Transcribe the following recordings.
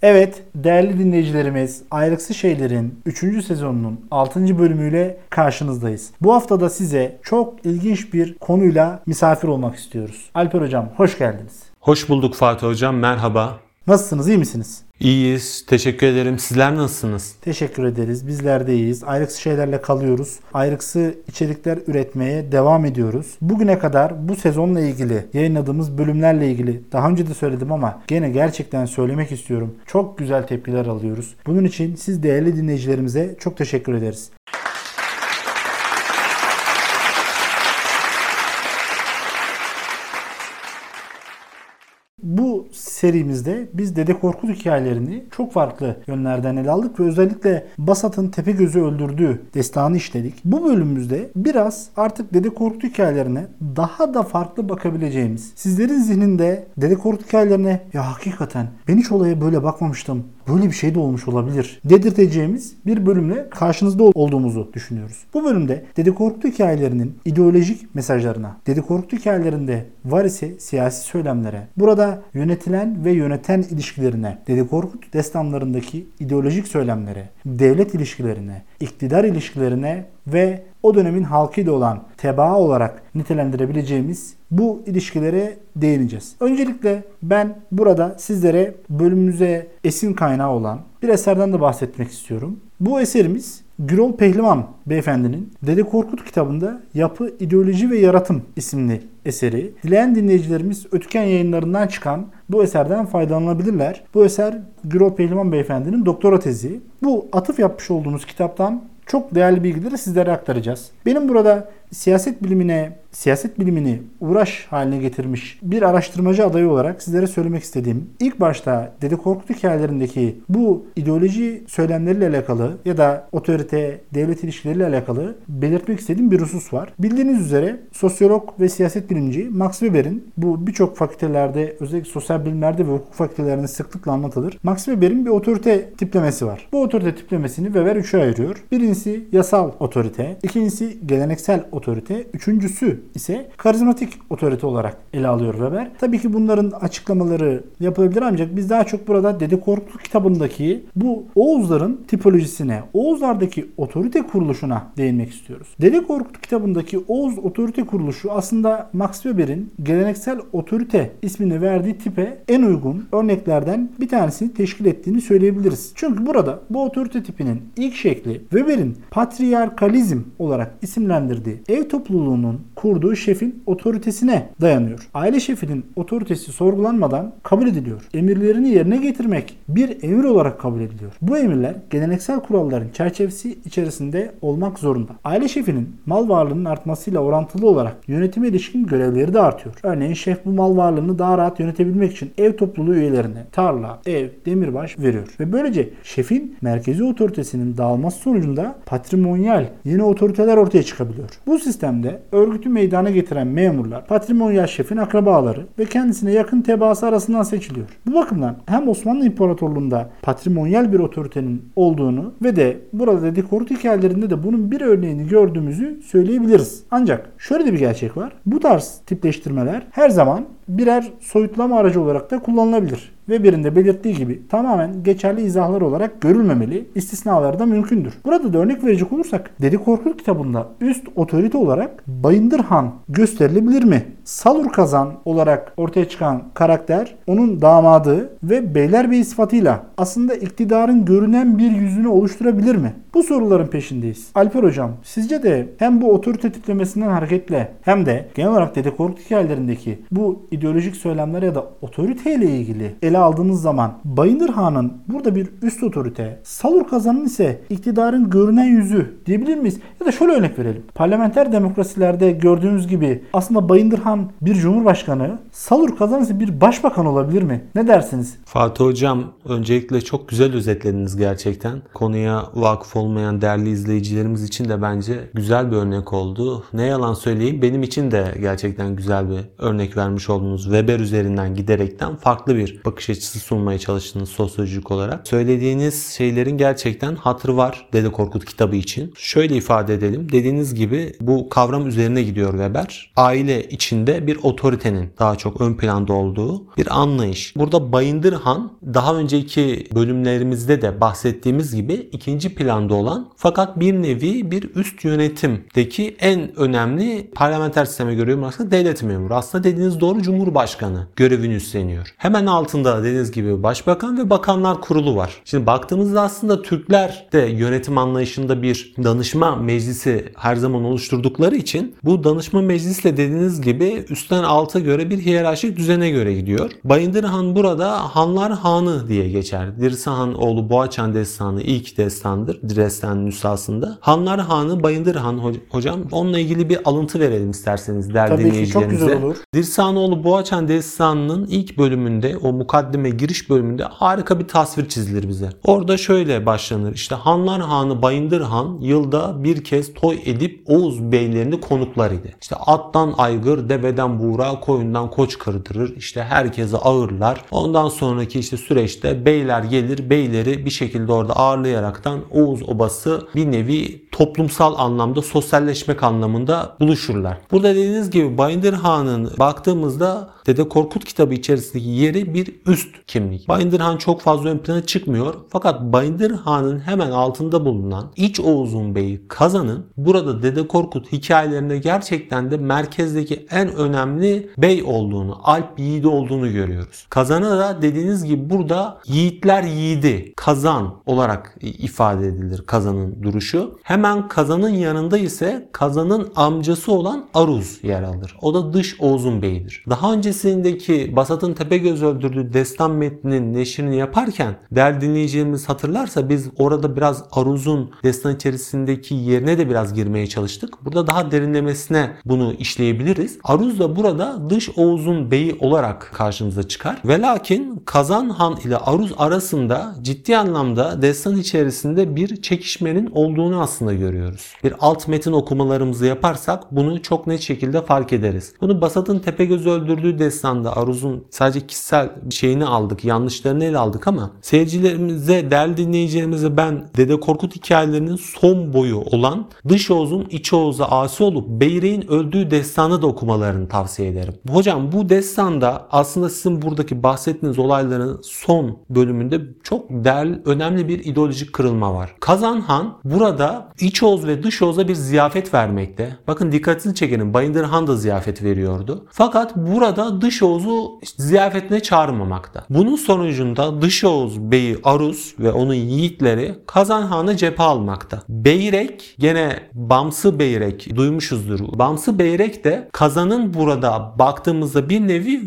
Evet, değerli dinleyicilerimiz, Ayrıksız Şeyler'in 3. sezonunun 6. bölümüyle karşınızdayız. Bu hafta da size çok ilginç bir konuyla misafir olmak istiyoruz. Alper Hocam, hoş geldiniz. Hoş bulduk Fatih Hocam, merhaba. Nasılsınız, iyi misiniz? İyiyiz, teşekkür ederim. Sizler nasılsınız? Teşekkür ederiz. Bizler de iyiyiz. Ayrıksız şeylerle kalıyoruz. Ayrıksız içerikler üretmeye devam ediyoruz. Bugüne kadar bu sezonla ilgili yayınladığımız bölümlerle ilgili daha önce de söyledim ama gene gerçekten söylemek istiyorum. Çok güzel tepkiler alıyoruz. Bunun için siz değerli dinleyicilerimize çok teşekkür ederiz. Bu serimizde biz Dede Korkut hikayelerini çok farklı yönlerden ele aldık ve özellikle Basat'ın Tepegöz'ü öldürdüğü destanı işledik. Bu bölümümüzde biraz artık Dede Korkut hikayelerine daha da farklı bakabileceğimiz, sizlerin zihninde Dede Korkut hikayelerine ya hakikaten ben hiç olaya böyle bakmamıştım, böyle bir şey de olmuş olabilir dedirteceğimiz bir bölümle karşınızda olduğumuzu düşünüyoruz. Bu bölümde Dede Korkut hikayelerinin ideolojik mesajlarına, Dede Korkut hikayelerinde var ise siyasi söylemlere, burada yönetilen ve yöneten ilişkilerine, Dede Korkut destanlarındaki ideolojik söylemlere, devlet ilişkilerine, iktidar ilişkilerine ve o dönemin halkıyla olan tebaa olarak nitelendirebileceğimiz bu ilişkilere değineceğiz. Öncelikle ben burada sizlere bölümümüze esin kaynağı olan bir eserden de bahsetmek istiyorum. Bu eserimiz Gürol Pehlivan beyefendinin Dede Korkut kitabında Yapı, İdeoloji ve Yaratım isimli eseri. Dileyen dinleyicilerimiz Ötüken Yayınlarından çıkan bu eserden faydalanabilirler. Bu eser Gürol Pehlivan beyefendinin doktora tezi. Bu atıf yapmış olduğumuz kitaptan çok değerli bilgileri sizlere aktaracağız. Benim burada siyaset bilimini uğraş haline getirmiş bir araştırmacı adayı olarak sizlere söylemek istediğim, ilk başta Dede Korkut hikayelerindeki bu ideoloji söylemleriyle alakalı ya da otorite, devlet ilişkileriyle alakalı belirtmek istediğim bir husus var. Bildiğiniz üzere sosyolog ve siyaset bilimci Max Weber'in, bu birçok fakültelerde, özellikle sosyal bilimlerde ve hukuk fakültelerinde sıklıkla anlatılır, Max Weber'in bir otorite tiplemesi var. Bu otorite tiplemesini Weber 3'e ayırıyor. Birincisi yasal otorite, ikincisi geleneksel otorite, üçüncüsü ise karizmatik otorite olarak ele alıyor Weber. Tabii ki bunların açıklamaları yapılabilir ancak biz daha çok burada Dede Korkut kitabındaki bu Oğuzların tipolojisine, Oğuzlardaki otorite kuruluşuna değinmek istiyoruz. Dede Korkut kitabındaki Oğuz otorite kuruluşu aslında Max Weber'in geleneksel otorite ismini verdiği tipe en uygun örneklerden bir tanesini teşkil ettiğini söyleyebiliriz. Çünkü burada bu otorite tipinin ilk şekli Weber'in patriarkalizm olarak isimlendirdiği ev topluluğunun kurduğu şefin otoritesine dayanıyor. Aile şefinin otoritesi sorgulanmadan kabul ediliyor. Emirlerini yerine getirmek bir emir olarak kabul ediliyor. Bu emirler geleneksel kuralların çerçevesi içerisinde olmak zorunda. Aile şefinin mal varlığının artmasıyla orantılı olarak yönetime ilişkin görevleri de artıyor. Örneğin şef bu mal varlığını daha rahat yönetebilmek için ev topluluğu üyelerine tarla, ev, demirbaş veriyor. Ve böylece şefin merkezi otoritesinin dağılması sonucunda patrimonyal yeni otoriteler ortaya çıkabiliyor. Bu sistemde örgütü meydana getiren memurlar, patrimonyal şefin akrabaları ve kendisine yakın tebaası arasından seçiliyor. Bu bakımdan hem Osmanlı İmparatorluğu'nda patrimonyal bir otoritenin olduğunu ve de burada Dede Korkut hikayelerinde de bunun bir örneğini gördüğümüzü söyleyebiliriz. Ancak şöyle de bir gerçek var. Bu tarz tipleştirmeler her zaman birer soyutlama aracı olarak da kullanılabilir. Weber'in de belirttiği gibi tamamen geçerli izahlar olarak görülmemeli, istisnalar da mümkündür. Burada da örnek verecek olursak Dede Korkut kitabında üst otorite olarak Bayındır Han gösterilebilir mi? Salur Kazan olarak ortaya çıkan karakter onun damadı ve Beylerbeyi sıfatıyla aslında iktidarın görünen bir yüzünü oluşturabilir mi? Bu soruların peşindeyiz. Alper Hocam, sizce de hem bu otorite tiplemesinden hareketle hem de genel olarak Dede Korkut hikayelerindeki bu ideolojik söylemler ya da otoriteyle ilgili ele aldığınız zaman Bayındır Han'ın burada bir üst otorite, Salur Kazan'ın ise iktidarın görünen yüzü diyebilir miyiz? Ya da şöyle örnek verelim. Parlamenter demokrasilerde gördüğümüz gibi aslında Bayındır Han bir cumhurbaşkanı, Salur Kazan ise bir başbakan olabilir mi? Ne dersiniz? Fatih Hocam, öncelikle çok güzel özetlediniz gerçekten. Konuya vakıf olmayan değerli izleyicilerimiz için de bence güzel bir örnek oldu. Ne yalan söyleyeyim, benim için de gerçekten güzel bir örnek vermiş oldunuz. Weber üzerinden giderekten farklı bir bakış açısı sunmaya çalıştınız sosyolojik olarak. Söylediğiniz şeylerin gerçekten hatırı var Dede Korkut kitabı için. Şöyle ifade edelim. Dediğiniz gibi bu kavram üzerine gidiyor Weber. Aile içinde önünde bir otoritenin daha çok ön planda olduğu bir anlayış. Burada Bayındır Han daha önceki bölümlerimizde de bahsettiğimiz gibi ikinci planda olan fakat bir nevi bir üst yönetimdeki en önemli parlamenter sisteme göre aslında devlet memuru. Aslında dediğiniz doğru, Cumhurbaşkanı görevini üstleniyor. Hemen altında dediğiniz gibi Başbakan ve Bakanlar Kurulu var. Şimdi baktığımızda aslında Türkler de yönetim anlayışında bir danışma meclisi her zaman oluşturdukları için bu danışma meclisle dediğiniz gibi üstten alta göre bir hiyerarşik düzene göre gidiyor. Bayındır Han burada Hanlar Hanı diye geçer. Dirsahan oğlu Boğaçan destanı ilk destandır. Destan nüshasında. Hanlar Hanı Bayındır Han hocam. Onunla ilgili bir alıntı verelim isterseniz değerli dinleyicilerimize. Tabii ki çok güzel olur. Dirsanoğlu Boğaçan destanının ilk bölümünde, o mukaddime giriş bölümünde harika bir tasvir çizilir bize. Orada şöyle başlanır. İşte Hanlar Hanı Bayındır Han yılda bir kez toy edip Oğuz beylerini konuklar idi. İşte attan aygır, deveden buğra, koyundan koç kırdırır. İşte herkese ağırlar. Ondan sonraki işte süreçte beyler gelir, beyleri bir şekilde orada ağırlayaraktan Oğuz obası bir nevi toplumsal anlamda, sosyalleşmek anlamında buluşurlar. Burada dediğiniz gibi Bayındır Han'ın baktığımızda Dede Korkut kitabı içerisindeki yeri bir üst kimlik. Bayındır Han çok fazla ön plana çıkmıyor. Fakat Bayındır Han'ın hemen altında bulunan İç Oğuz'un beyi Kazan'ın burada Dede Korkut hikayelerinde gerçekten de merkezdeki en önemli bey olduğunu, Alp yiğidi olduğunu görüyoruz. Kazan'a da dediğiniz gibi burada yiğitler yiğidi, Kazan olarak ifade edilir Kazan'ın duruşu. Hemen Kazan'ın yanında ise Kazan'ın amcası olan Aruz yer alır. O da Dış Oğuz'un beyidir. Daha öncesindeki Basat'ın Tepegöz öldürdüğü destan metninin neşrini yaparken değerli dinleyicilerimiz hatırlarsa biz orada biraz Aruz'un destan içerisindeki yerine de biraz girmeye çalıştık. Burada daha derinlemesine bunu işleyebiliriz. Aruz da burada Dış Oğuz'un beyi olarak karşımıza çıkar. Ve lakin Kazan Han ile Aruz arasında ciddi anlamda destan içerisinde bir çekişmenin olduğunu aslında görüyoruz. Bir alt metin okumalarımızı yaparsak bunu çok net şekilde fark ederiz. Bunu Basat'ın Tepegöz'ü öldürdüğü destanda Aruz'un sadece kişisel şeyini aldık, yanlışlarını ele aldık ama seyircilerimize, değerli dinleyicilerimize ben Dede Korkut hikayelerinin son boyu olan Dış Oğuz'un İç Oğuz'a asi olup Beyrek'in öldüğü destanı da okumalarını tavsiye ederim. Hocam bu destanda aslında sizin buradaki bahsettiğiniz olayların son bölümünde çok değerli, önemli bir ideolojik kırılma var. Kazan Han burada İç Oğuz ve Dış Oğuz'a bir ziyafet vermekte. Bakın dikkatini çekelim. Bayındır Han da ziyafet veriyordu. Fakat burada Dış Oğuz'u ziyafetine çağırmamakta. Bunun sonucunda Dış Oğuz beyi Aruz ve onun yiğitleri Kazan Han'ı cephe almakta. Beyrek gene Bamsı Beyrek duymuşuzdur. Bamsı Beyrek de Kazan'ın burada baktığımızda bir nevi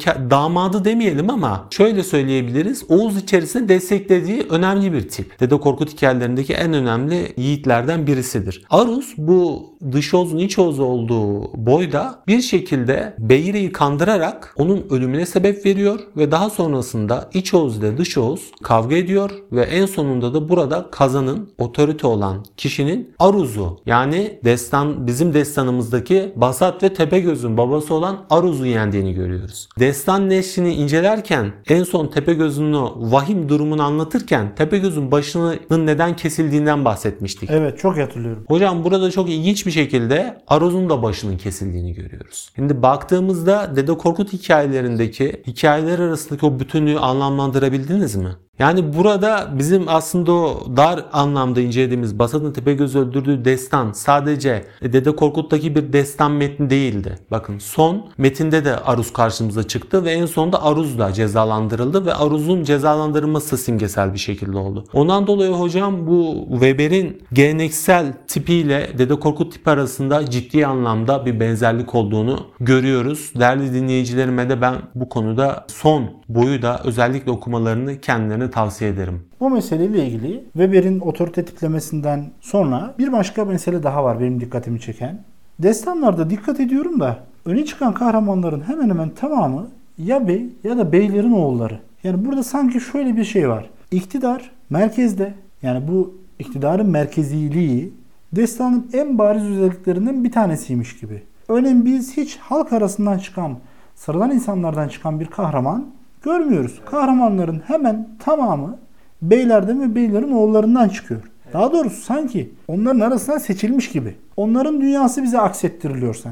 damadı demeyelim ama şöyle söyleyebiliriz. Oğuz içerisinde desteklediği önemli bir tip. Dede Korkut hikayelerindeki en önemli yiğitlerden birisidir. Aruz bu Dış Oğuz'un İç Oğuz olduğu boyda bir şekilde Beyrek'i kandırarak onun ölümüne sebep veriyor ve daha sonrasında İç Oğuz ile Dış Oğuz kavga ediyor ve en sonunda da burada Kazan'ın otorite olan kişinin Aruz'u yani bizim destanımızdaki Basat ve Tepegöz'ün babası olan Aruz'u yendiğini görüyoruz. Destan neşrini incelerken en son Tepegöz'ün o vahim durumunu anlatırken Tepegöz'ün başının neden kesildiğinden bahsetmiştik. Evet, çok hatırlıyorum. Hocam burada çok ilginç bir şekilde Aruz'un da başının kesildiğini görüyoruz. Şimdi baktığımızda Dede Korkut hikayeler arasındaki o bütünlüğü anlamlandırabildiniz mi? Yani burada bizim aslında o dar anlamda incelediğimiz Basat'ın Tepegöz'ü öldürdüğü destan sadece Dede Korkut'taki bir destan metni değildi. Bakın son metinde de Aruz karşımıza çıktı ve en sonunda Aruz da cezalandırıldı ve Aruz'un cezalandırılması simgesel bir şekilde oldu. Ondan dolayı hocam bu Weber'in geleneksel tipiyle Dede Korkut tipi arasında ciddi anlamda bir benzerlik olduğunu görüyoruz. Değerli dinleyicilerime de ben bu konuda son boyu da özellikle okumalarını kendilerine tavsiye ederim. Bu meseleyle ilgili Weber'in otorite tiplemesinden sonra bir başka mesele daha var benim dikkatimi çeken. Destanlarda dikkat ediyorum da öne çıkan kahramanların hemen hemen tamamı ya bey ya da beylerin oğulları. Yani burada sanki şöyle bir şey var. İktidar merkezde, yani bu iktidarın merkeziliği destanın en bariz özelliklerinden bir tanesiymiş gibi. Örneğin biz hiç halk arasından çıkan, sıradan insanlardan çıkan bir kahraman görmüyoruz. Kahramanların hemen tamamı beylerden ve beylerin oğullarından çıkıyor. Daha doğrusu sanki onların arasından seçilmiş gibi. Onların dünyası bize aksettiriliyor sanki.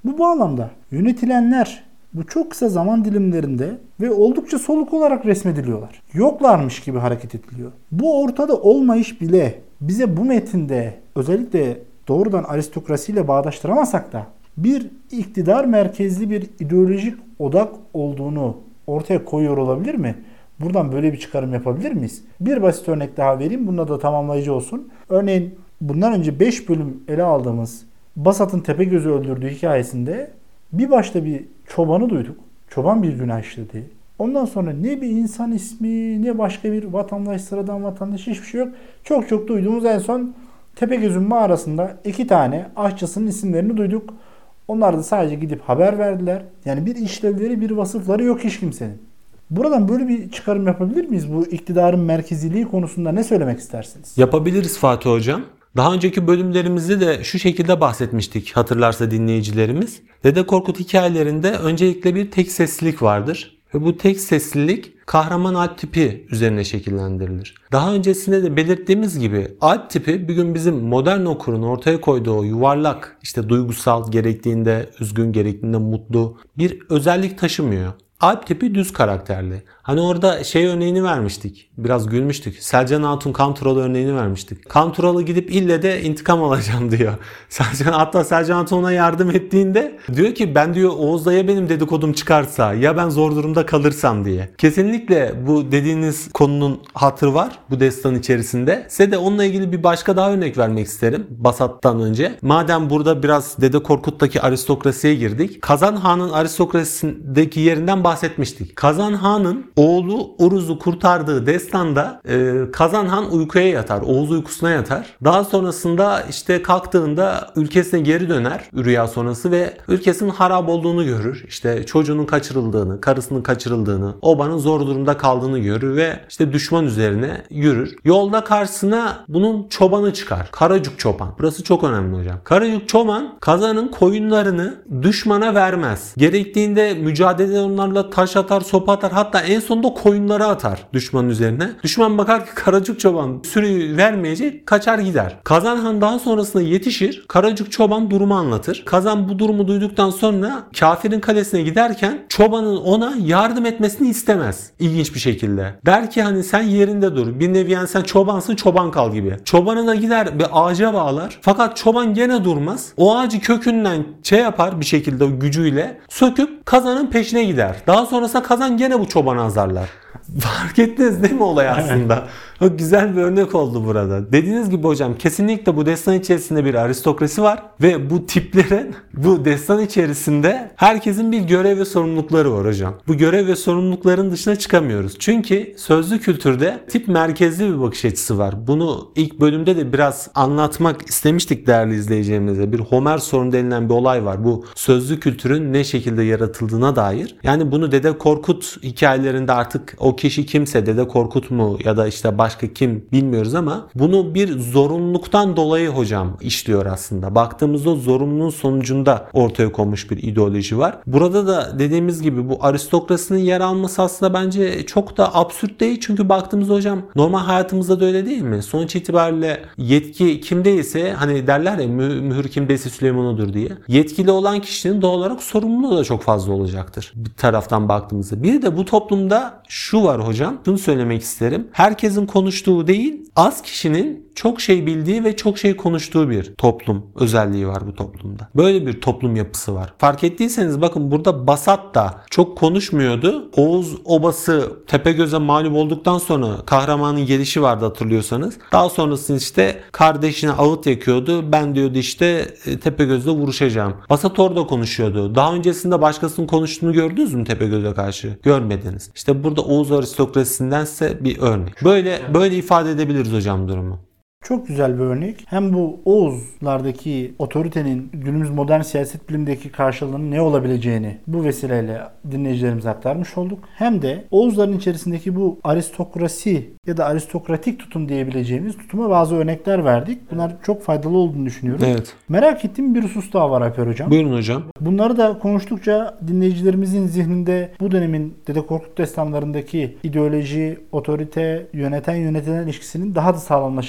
Bu bağlamda yönetilenler bu çok kısa zaman dilimlerinde ve oldukça soluk olarak resmediliyorlar. Yoklarmış gibi hareket ediliyor. Bu ortada olmayış bile bize bu metinde özellikle doğrudan aristokrasiyle bağdaştıramasak da bir iktidar merkezli bir ideolojik odak olduğunu ortaya koyuyor olabilir mi? Buradan böyle bir çıkarım yapabilir miyiz? Bir basit örnek daha vereyim. Bunda da tamamlayıcı olsun. Örneğin bundan önce 5 bölüm ele aldığımız Basat'ın Tepegöz'ü öldürdüğü hikayesinde bir başta bir çobanı duyduk. Çoban bir günah işledi. Ondan sonra ne bir insan ismi ne başka bir vatandaş, sıradan vatandaş hiçbir şey yok. Çok duyduğumuz en son Tepegöz'ün mağarasında 2 tane aşçısının isimlerini duyduk. Onlar da sadece gidip haber verdiler. Yani bir işlevleri, bir vasıfları yok hiç kimsenin. Buradan böyle bir çıkarım yapabilir miyiz? Bu iktidarın merkeziliği konusunda ne söylemek istersiniz? Yapabiliriz Fatih Hocam. Daha önceki bölümlerimizde de şu şekilde bahsetmiştik hatırlarsa dinleyicilerimiz. Dede Korkut hikayelerinde öncelikle bir tek seslilik vardır. Ve bu tek seslilik kahraman alp tipi üzerine şekillendirilir. Daha öncesinde de belirttiğimiz gibi alp tipi bir gün bizim modern okurun ortaya koyduğu o yuvarlak, işte duygusal, gerektiğinde üzgün, gerektiğinde mutlu bir özellik taşımıyor. Alp tipi düz karakterli. Hani orada şey örneğini vermiştik. Biraz gülmüştük. Selcan Hatun Kanturalı örneğini vermiştik. Kanturalı gidip ille de intikam alacağım diyor. Hatta Selcan Hatun ona yardım ettiğinde diyor ki ben diyor Oğuz Dayı'ya benim dedikodum çıkarsa ya ben zor durumda kalırsam diye. Kesinlikle bu dediğiniz konunun hatırı var bu destan içerisinde. Size de onunla ilgili bir başka daha örnek vermek isterim Basat'tan önce. Madem burada biraz Dede Korkut'taki aristokrasiye girdik. Kazan Han'ın aristokrasisindeki yerinden bahsetmiştik. Kazan Han'ın oğlu Uruz'u kurtardığı destanda Kazan Han uykuya yatar. Oğuz uykusuna yatar. Daha sonrasında işte kalktığında ülkesine geri döner rüya sonrası ve ülkesinin harap olduğunu görür. İşte çocuğunun kaçırıldığını, karısının kaçırıldığını, obanın zor durumda kaldığını görür ve işte düşman üzerine yürür. Yolda karşısına bunun çobanı çıkar. Karacuk Çoban. Burası çok önemli hocam. Karacuk Çoban Kazan'ın koyunlarını düşmana vermez. Gerektiğinde mücadelede onlarla taş atar, sopa atar. Hatta en sonunda koyunları atar düşmanın üzerine. Düşman bakar ki Karacuk Çoban sürüyü vermeyecek, kaçar gider. Kazan Han daha sonrasında yetişir. Karacuk Çoban durumu anlatır. Kazan bu durumu duyduktan sonra kafirin kalesine giderken çobanın ona yardım etmesini istemez. İlginç bir şekilde. Der ki hani sen yerinde dur. Bir nevi yani sen çobansın, çoban kal gibi. Çobanı da gider bir ağaca bağlar. Fakat çoban gene durmaz. O ağacı kökünden yapar bir şekilde o gücüyle söküp Kazan'ın peşine gider. Daha sonrasında Kazan gene bu çobanı azarlar. Fark ettiniz değil mi olay aslında? Çok güzel bir örnek oldu burada. Dediğiniz gibi hocam kesinlikle bu destan içerisinde bir aristokrasi var ve bu tiplerin bu destan içerisinde herkesin bir görev ve sorumlulukları var hocam. Bu görev ve sorumlulukların dışına çıkamıyoruz. Çünkü sözlü kültürde tip merkezli bir bakış açısı var. Bunu ilk bölümde de biraz anlatmak istemiştik değerli izleyicilerimize. Bir Homer sorunu denilen bir olay var. Bu sözlü kültürün ne şekilde yaratıldığına dair. Yani bunu Dede Korkut hikayelerinde artık o kişi kimse Dede Korkut mu ya da işte başka kim bilmiyoruz ama bunu bir zorunluluktan dolayı hocam işliyor aslında. Baktığımızda o zorunluluğun sonucunda ortaya konmuş bir ideoloji var. Burada da dediğimiz gibi bu aristokrasinin yer alması aslında bence çok da absürt değil. Çünkü baktığımızda hocam normal hayatımızda da öyle değil mi? Sonuç itibariyle yetki kimdeyse hani derler ya mühür kimdeyse Süleyman odur diye. Yetkili olan kişinin doğal olarak sorumluluğu da çok fazla olacaktır. Bir taraftan baktığımızda. Bir de bu toplumda şu var hocam. Şunu söylemek isterim. Herkesin konuştuğu değil, az kişinin çok şey bildiği ve çok şey konuştuğu bir toplum özelliği var bu toplumda. Böyle bir toplum yapısı var. Fark ettiyseniz bakın burada Basat da çok konuşmuyordu. Oğuz obası Tepegöz'e mağlup olduktan sonra kahramanın gelişi vardı hatırlıyorsanız. Daha sonrasında işte kardeşine ağıt yakıyordu. Ben diyordu işte Tepegöz'le vuruşacağım. Basat orada konuşuyordu. Daha öncesinde başkasının konuştuğunu gördünüz mü Tepegöz'e karşı? Görmediniz. İşte burada Oğuz aristokrasisindense bir örnek. Böyle ifade edebiliriz hocam durumu. Çok güzel bir örnek. Hem bu Oğuzlardaki otoritenin günümüz modern siyaset bilimindeki karşılığının ne olabileceğini bu vesileyle dinleyicilerimize aktarmış olduk. Hem de Oğuzların içerisindeki bu aristokrasi ya da aristokratik tutum diyebileceğimiz tutuma bazı örnekler verdik. Bunlar çok faydalı olduğunu düşünüyorum. Evet. Merak ettiğim bir husus daha var Alper Hocam. Buyurun hocam. Bunları da konuştukça dinleyicilerimizin zihninde bu dönemin Dede Korkut destanlarındaki ideoloji, otorite, yöneten yönetilen ilişkisinin daha da sağlamlaşacağına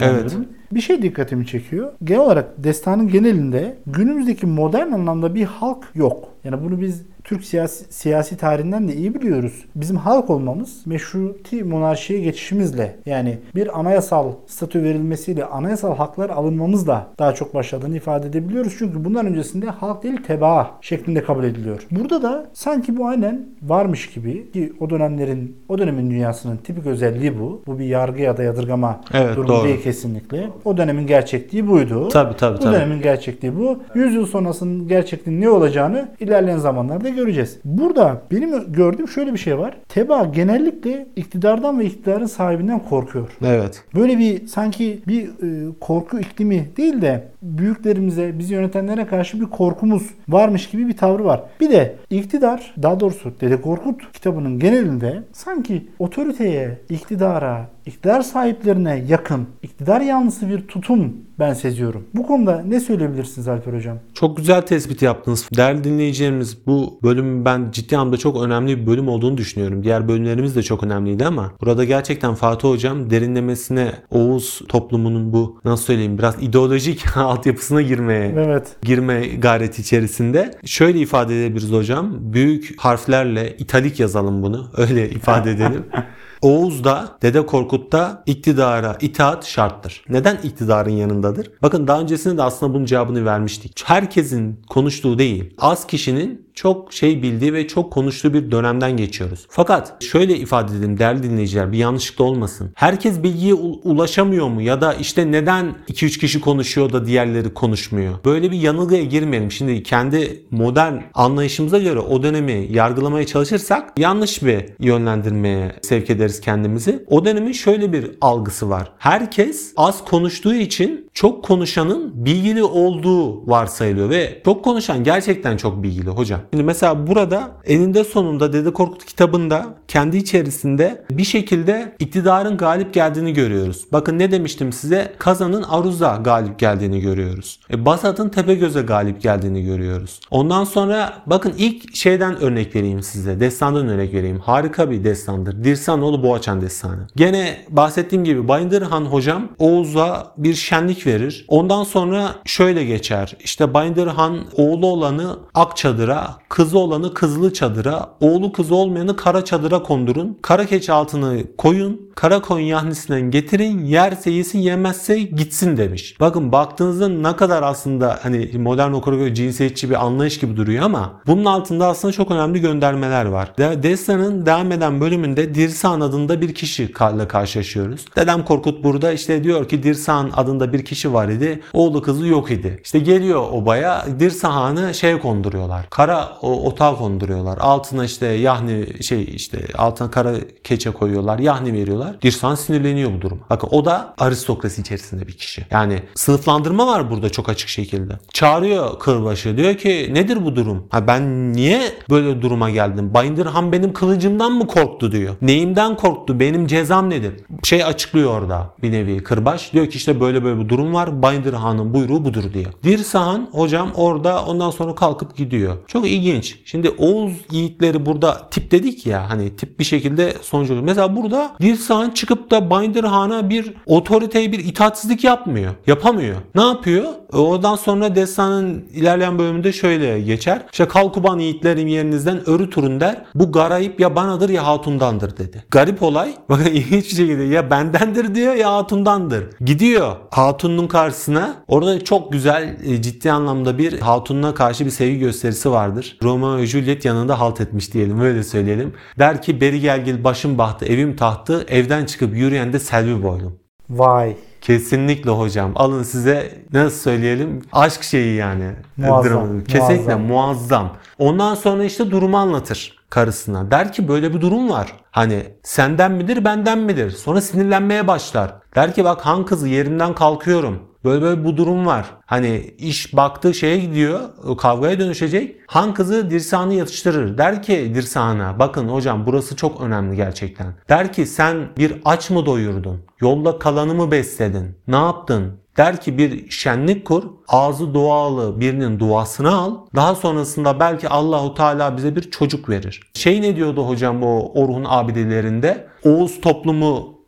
değerlendiririm. Evet. Bir şey dikkatimi çekiyor. Genel olarak destanın genelinde günümüzdeki modern anlamda bir halk yok. Yani bunu biz Türk siyasi tarihinden de iyi biliyoruz. Bizim halk olmamız meşruti monarşiye geçişimizle, yani bir anayasal statü verilmesiyle anayasal haklar alınmamızla daha çok başladığını ifade edebiliyoruz. Çünkü bundan öncesinde halk değil tebaa şeklinde kabul ediliyor. Burada da sanki bu aynen varmış gibi, ki o dönemin dünyasının tipik özelliği bu. Bu bir yargı ya da yadırgama durumu doğru. değil kesinlikle. O dönemin gerçekliği buydu. Tabii. Bu dönemin gerçekliği bu. 100 yıl sonrasının gerçekliğinin ne olacağını ilerleyen zamanlarda göreceğiz. Burada benim gördüğüm şöyle bir şey var. Tebaa genellikle iktidardan ve iktidarın sahibinden korkuyor. Evet. Böyle bir sanki bir korku iklimi değil de büyüklerimize, bizi yönetenlere karşı bir korkumuz varmış gibi bir tavrı var. Bir de iktidar, daha doğrusu Dede Korkut kitabının genelinde sanki otoriteye, iktidara, iktidar sahiplerine yakın, iktidar yanlısı bir tutum ben seziyorum. Bu konuda ne söyleyebilirsiniz Alper Hocam? Çok güzel tespit yaptınız. Değerli dinleyicilerimiz, bu bölümün ben ciddi anlamda çok önemli bir bölüm olduğunu düşünüyorum. Diğer bölümlerimiz de çok önemliydi ama burada gerçekten Fatih Hocam derinlemesine Oğuz toplumunun bu, nasıl söyleyeyim, biraz ideolojik altyapısına girme gayreti içerisinde. Şöyle ifade edebiliriz hocam. Büyük harflerle italik yazalım bunu. Öyle ifade edelim. Oğuz'da, Dede Korkut'ta iktidara itaat şarttır. Neden iktidarın yanındadır? Bakın daha öncesinde de aslında bunun cevabını vermiştik. Herkesin konuştuğu değil, az kişinin çok şey bildiği ve çok konuştuğu bir dönemden geçiyoruz. Fakat şöyle ifade edelim değerli dinleyiciler, bir yanlışlık da olmasın. Herkes bilgiye ulaşamıyor mu? Ya da işte neden 2-3 kişi konuşuyor da diğerleri konuşmuyor? Böyle bir yanılgıya girmeyelim. Şimdi kendi modern anlayışımıza göre o dönemi yargılamaya çalışırsak yanlış bir yönlendirmeye sevk ederiz kendimizi. O dönemin şöyle bir algısı var. Herkes az konuştuğu için çok konuşanın bilgili olduğu varsayılıyor ve çok konuşan gerçekten çok bilgili hocam. Şimdi mesela burada eninde sonunda Dede Korkut kitabında kendi içerisinde bir şekilde iktidarın galip geldiğini görüyoruz. Bakın ne demiştim size? Kazan'ın Aruz'a galip geldiğini görüyoruz. Basat'ın Tepegöz'e galip geldiğini görüyoruz. Ondan sonra bakın ilk şeyden örnek vereyim size. Destandan örnek vereyim. Harika bir destandır. Dirsanoğlu Boğaçan destanı. Gene bahsettiğim gibi Bayındırhan hocam Oğuz'a bir şenlik verir. Ondan sonra şöyle geçer. İşte Bayındırhan oğlu olanı Akçadır'a, kızı olanı Kızlı Çadır'a, oğlu kızı olmayanı Kara Çadır'a kondurun. Kara keçi altını koyun. Kara koyun yahnisinden getirin. Yerse yesin, yemezse gitsin demiş. Bakın baktığınızda ne kadar aslında hani modern okura göre cinsiyetçi bir anlayış gibi duruyor ama bunun altında aslında çok önemli göndermeler var. Destanın devam eden bölümünde Dirsan adında bir kişiyle karşılaşıyoruz. Dedem Korkut burada işte diyor ki Dirsan adında bir kişi var idi. Oğlu kızı yok idi. İşte geliyor obaya, Dirsan Han'ı şeye konduruyorlar. Kara otağa konduruyorlar. Altına işte yahni altına kara keçe koyuyorlar. Yahni veriyorlar. Dirsan sinirleniyor bu durum. Bakın o da aristokrasi içerisinde bir kişi. Yani sınıflandırma var burada çok açık şekilde. Çağırıyor kırbaşı. Diyor ki nedir bu durum? Ben niye böyle duruma geldim? Bayındırhan benim kılıcımdan mı korktu diyor. Neyimden korktu? Benim cezam nedir? Açıklıyor orada bir nevi kırbaç. Diyor ki işte böyle bir durum var. Bayındırhan'ın buyruğu budur diyor. Dirsan hocam orada ondan sonra kalkıp gidiyor. Çok ilginç. Şimdi Oğuz yiğitleri burada tip dedik ya, hani tip bir şekilde sonuç oluyor. Mesela burada Dirsan çıkıp da Bayındırhan'a bir otoriteye bir itaatsizlik yapamıyor. Ne yapıyor? Oradan sonra destanın ilerleyen bölümünde şöyle geçer. İşte kalkuban yiğitlerim yerinizden örü turun der. Bu garayip ya banadır ya hatundandır dedi. Garip olay. Bakın ilginç bir şekilde ya bendendir diyor ya hatundandır. Gidiyor hatunun karşısına. Orada çok güzel ciddi anlamda bir hatununa karşı bir sevgi gösterisi vardır. Romeo ve Juliet yanında halt etmiş diyelim, öyle söyleyelim. Der ki beri gelgil başım bahtı evim tahtı, evden çıkıp yürüyen de selvi boylum. Vay. Kesinlikle hocam. Alın size nasıl söyleyelim, aşk şeyi yani. Muazzam. Kesinlikle muazzam. Ondan sonra işte durumu anlatır karısına. Der ki böyle bir durum var. Hani senden midir benden midir? Sonra sinirlenmeye başlar. Der ki bak han kızı yerimden kalkıyorum. Böyle bu durum var. Hani iş baktığı şeye gidiyor. Kavgaya dönüşecek. Han kızı Dirsan'ı yatıştırır. Der ki Dirsan'a bakın hocam burası çok önemli gerçekten. Der ki sen bir aç mı doyurdun? Yolda kalanı mı besledin? Ne yaptın? Der ki bir şenlik kur, ağzı dualı birinin duasını al. Daha sonrasında belki Allahu Teala bize bir çocuk verir. Ne diyordu hocam o Orhun abidelerinde? Oğuz toplumu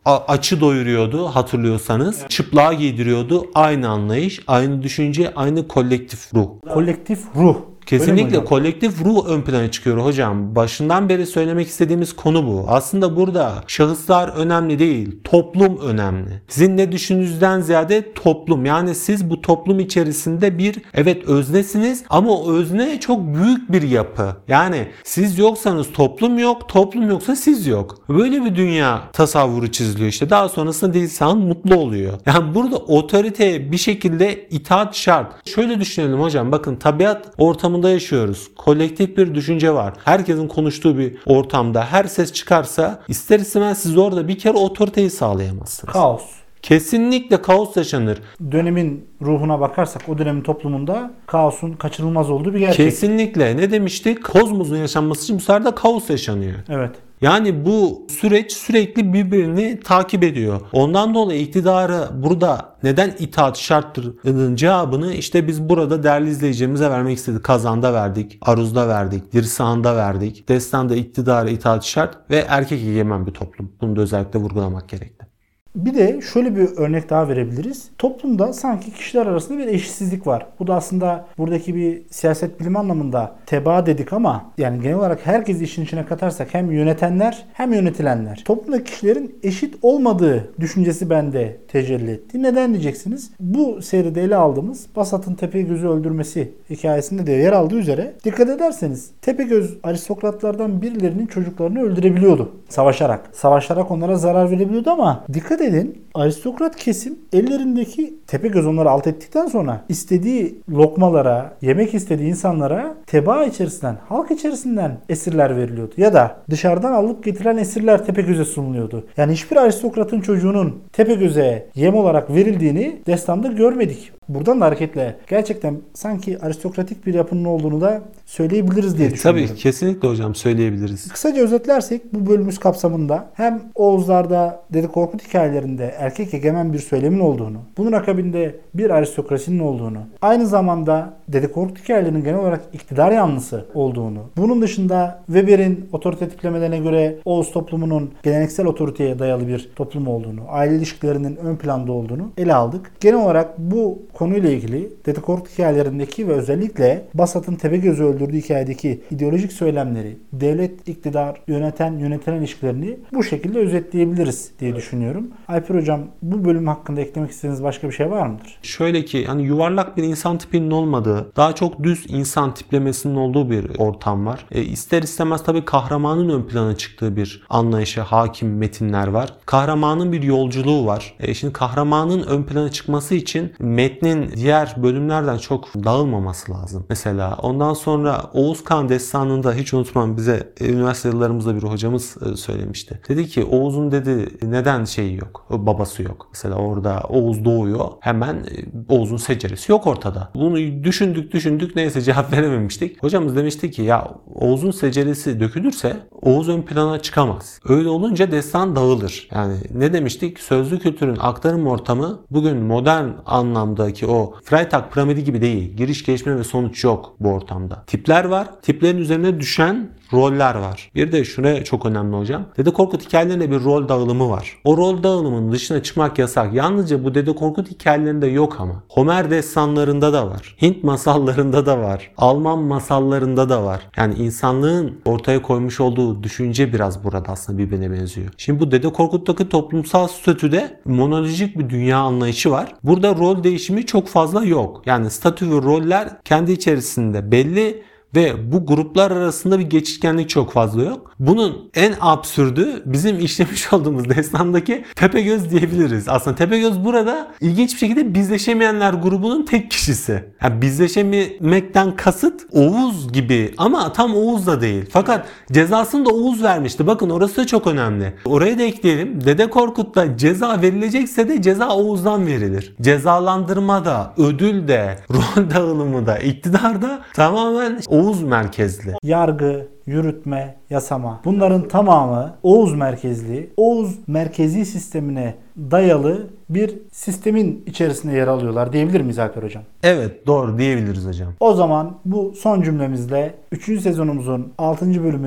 açı doyuruyordu hatırlıyorsanız. Evet. Çıplığa giydiriyordu. Aynı anlayış, aynı düşünce, aynı kolektif ruh. Kolektif ruh. Kesinlikle kolektif ruh ön plana çıkıyor hocam. Başından beri söylemek istediğimiz konu bu. Aslında burada şahıslar önemli değil, toplum önemli. Sizin ne düşündüğünüzden ziyade toplum. Yani siz bu toplum içerisinde bir öznesiniz ama o özne çok büyük bir yapı. Yani siz yoksanız toplum yok, toplum yoksa siz yok. Böyle bir dünya tasavvuru çiziliyor işte. Daha sonrasında insan mutlu oluyor. Yani burada otoriteye bir şekilde itaat şart. Şöyle düşünelim hocam, bakın tabiat ortamında yaşıyoruz. Kolektif bir düşünce var. Herkesin konuştuğu bir ortamda her ses çıkarsa ister istemez siz orada bir kere otoriteyi sağlayamazsınız. Kaos. Kesinlikle kaos yaşanır. Dönemin ruhuna bakarsak o dönemin toplumunda kaosun kaçınılmaz olduğu bir gerçek. Kesinlikle. Ne demiştik? Kozmosun yaşanması için bu sefer de kaos yaşanıyor. Evet. Yani bu süreç sürekli birbirini takip ediyor. Ondan dolayı iktidarı burada neden itaat şarttırın cevabını işte biz burada değerli izleyicilerimize vermek istedik. Kazan'da verdik, Aruz'da verdik, Dirsan'da verdik. Destan'da iktidara itaat şart ve erkek egemen bir toplum. Bunu da özellikle vurgulamak gerekti. Bir de şöyle bir örnek daha verebiliriz. Toplumda sanki kişiler arasında bir eşitsizlik var. Bu da aslında buradaki bir siyaset bilimi anlamında tebaa dedik ama yani genel olarak herkesi işin içine katarsak hem yönetenler hem yönetilenler. Toplumdaki kişilerin eşit olmadığı düşüncesi bende tecelli etti. Neden diyeceksiniz? Bu seride ele aldığımız Basat'ın Tepegöz'ü öldürmesi hikayesinde de yer aldığı üzere dikkat ederseniz Tepegöz aristokratlardan birilerinin çocuklarını öldürebiliyordu. Savaşarak. Savaşarak onlara zarar verebiliyordu ama dikkat edin, aristokrat kesim ellerindeki Tepegöz onları alt ettikten sonra istediği lokmalara, yemek istediği insanlara tebaa içerisinden, halk içerisinden esirler veriliyordu. Ya da dışarıdan alıp getirilen esirler Tepegöz'e sunuluyordu. Yani hiçbir aristokratın çocuğunun Tepegöz'e yem olarak verildiğini destanda görmedik. Buradan da hareketle gerçekten sanki aristokratik bir yapının olduğunu da söyleyebiliriz diye düşünüyorum. Tabii kesinlikle hocam söyleyebiliriz. Kısaca özetlersek bu bölümümüz kapsamında hem Oğuzlar'da Dede Korkut hikayelerinde erkek egemen bir söylemin olduğunu, bunun akabinde bir aristokrasinin olduğunu, aynı zamanda Dede Korkut hikayelerinin genel olarak iktidar yanlısı olduğunu, bunun dışında Weber'in otorite tiplemelerine göre Oğuz toplumunun geleneksel otoriteye dayalı bir toplum olduğunu, aile ilişkilerinin ön planda olduğunu ele aldık. Genel olarak bu konuyla ilgili Dede Korkut hikayelerindeki ve özellikle Basat'ın Tepegöz'ü öldürdüğü hikayedeki ideolojik söylemleri, devlet, iktidar, yönetilen ilişkilerini bu şekilde özetleyebiliriz diye düşünüyorum. Alper Hocam, bu bölüm hakkında eklemek istediğiniz başka bir şey var mıdır? Şöyle ki hani yuvarlak bir insan tipinin olmadığı, daha çok düz insan tiplemesinin olduğu bir ortam var. İster istemez tabii kahramanın ön plana çıktığı bir anlayışa hakim metinler var. Kahramanın bir yolculuğu var. Şimdi kahramanın ön plana çıkması için metnin diğer bölümlerden çok dağılmaması lazım. Mesela ondan sonra Oğuz Kağan destanında hiç unutmam, bize üniversite yıllarımızda bir hocamız söylemişti. Dedi ki Oğuz'un dedi neden şeyi yok, babası yok. Mesela orada Oğuz doğuyor, hemen Oğuz'un seceresi yok ortada. Bunu düşündük neyse cevap verememiştik. Hocamız demişti ki ya Oğuz'un seceresi dökülürse Oğuz ön plana çıkamaz. Öyle olunca destan dağılır. Yani ne demiştik? Sözlü kültürün aktarım ortamı bugün modern anlamdaki o Freytag piramidi gibi değil. Giriş, gelişme ve sonuç yok bu ortamda. Tipler var. Tiplerin üzerine düşen roller var. Bir de şuraya çok önemli hocam. Dede Korkut hikayelerinde bir rol dağılımı var. O rol dağılımının dışına çıkmak yasak. Yalnızca bu Dede Korkut hikayelerinde yok ama. Homer destanlarında da var. Hint masallarında da var. Alman masallarında da var. Yani insanlığın ortaya koymuş olduğu düşünce biraz burada aslında birbirine benziyor. Şimdi bu Dede Korkut'taki toplumsal statüde monolojik bir dünya anlayışı var. Burada rol değişimi çok fazla yok. Yani statü ve roller kendi içerisinde belli ve bu gruplar arasında bir geçişkenlik çok fazla yok. Bunun en absürdü bizim işlemiş olduğumuz destandaki Tepegöz diyebiliriz. Aslında Tepegöz burada ilginç bir şekilde bizleşemeyenler grubunun tek kişisi. Yani bizleşememekten kasıt Oğuz gibi ama tam Oğuz da değil. Fakat cezasını da Oğuz vermişti. Bakın orası da çok önemli. Oraya da ekleyelim. Dede Korkut'ta ceza verilecekse de ceza Oğuz'dan verilir. Cezalandırma da, ödül de, rol dağılımı da, iktidar da tamamen Oğuz merkezli. Yargı, yürütme, yasama. Bunların tamamı Oğuz merkezli, Oğuz merkezi sistemine dayalı bir sistemin içerisinde yer alıyorlar diyebilir miyiz Alper Hocam? Evet, doğru diyebiliriz hocam. O zaman bu son cümlemizle 3. sezonumuzun 6. bölümünü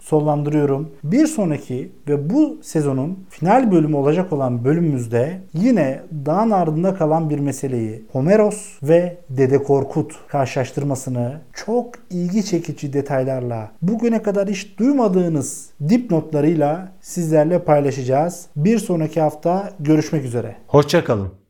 sonlandırıyorum. Bir sonraki ve bu sezonun final bölümü olacak olan bölümümüzde yine dağın ardında kalan bir meseleyi, Homeros ve Dede Korkut karşılaştırmasını çok ilgi çekici detaylarla, bugüne kadar hiç duymadığınız dipnotlarıyla sizlerle paylaşacağız. Bir sonraki hafta görüşmek üzere. Hoşça kalın.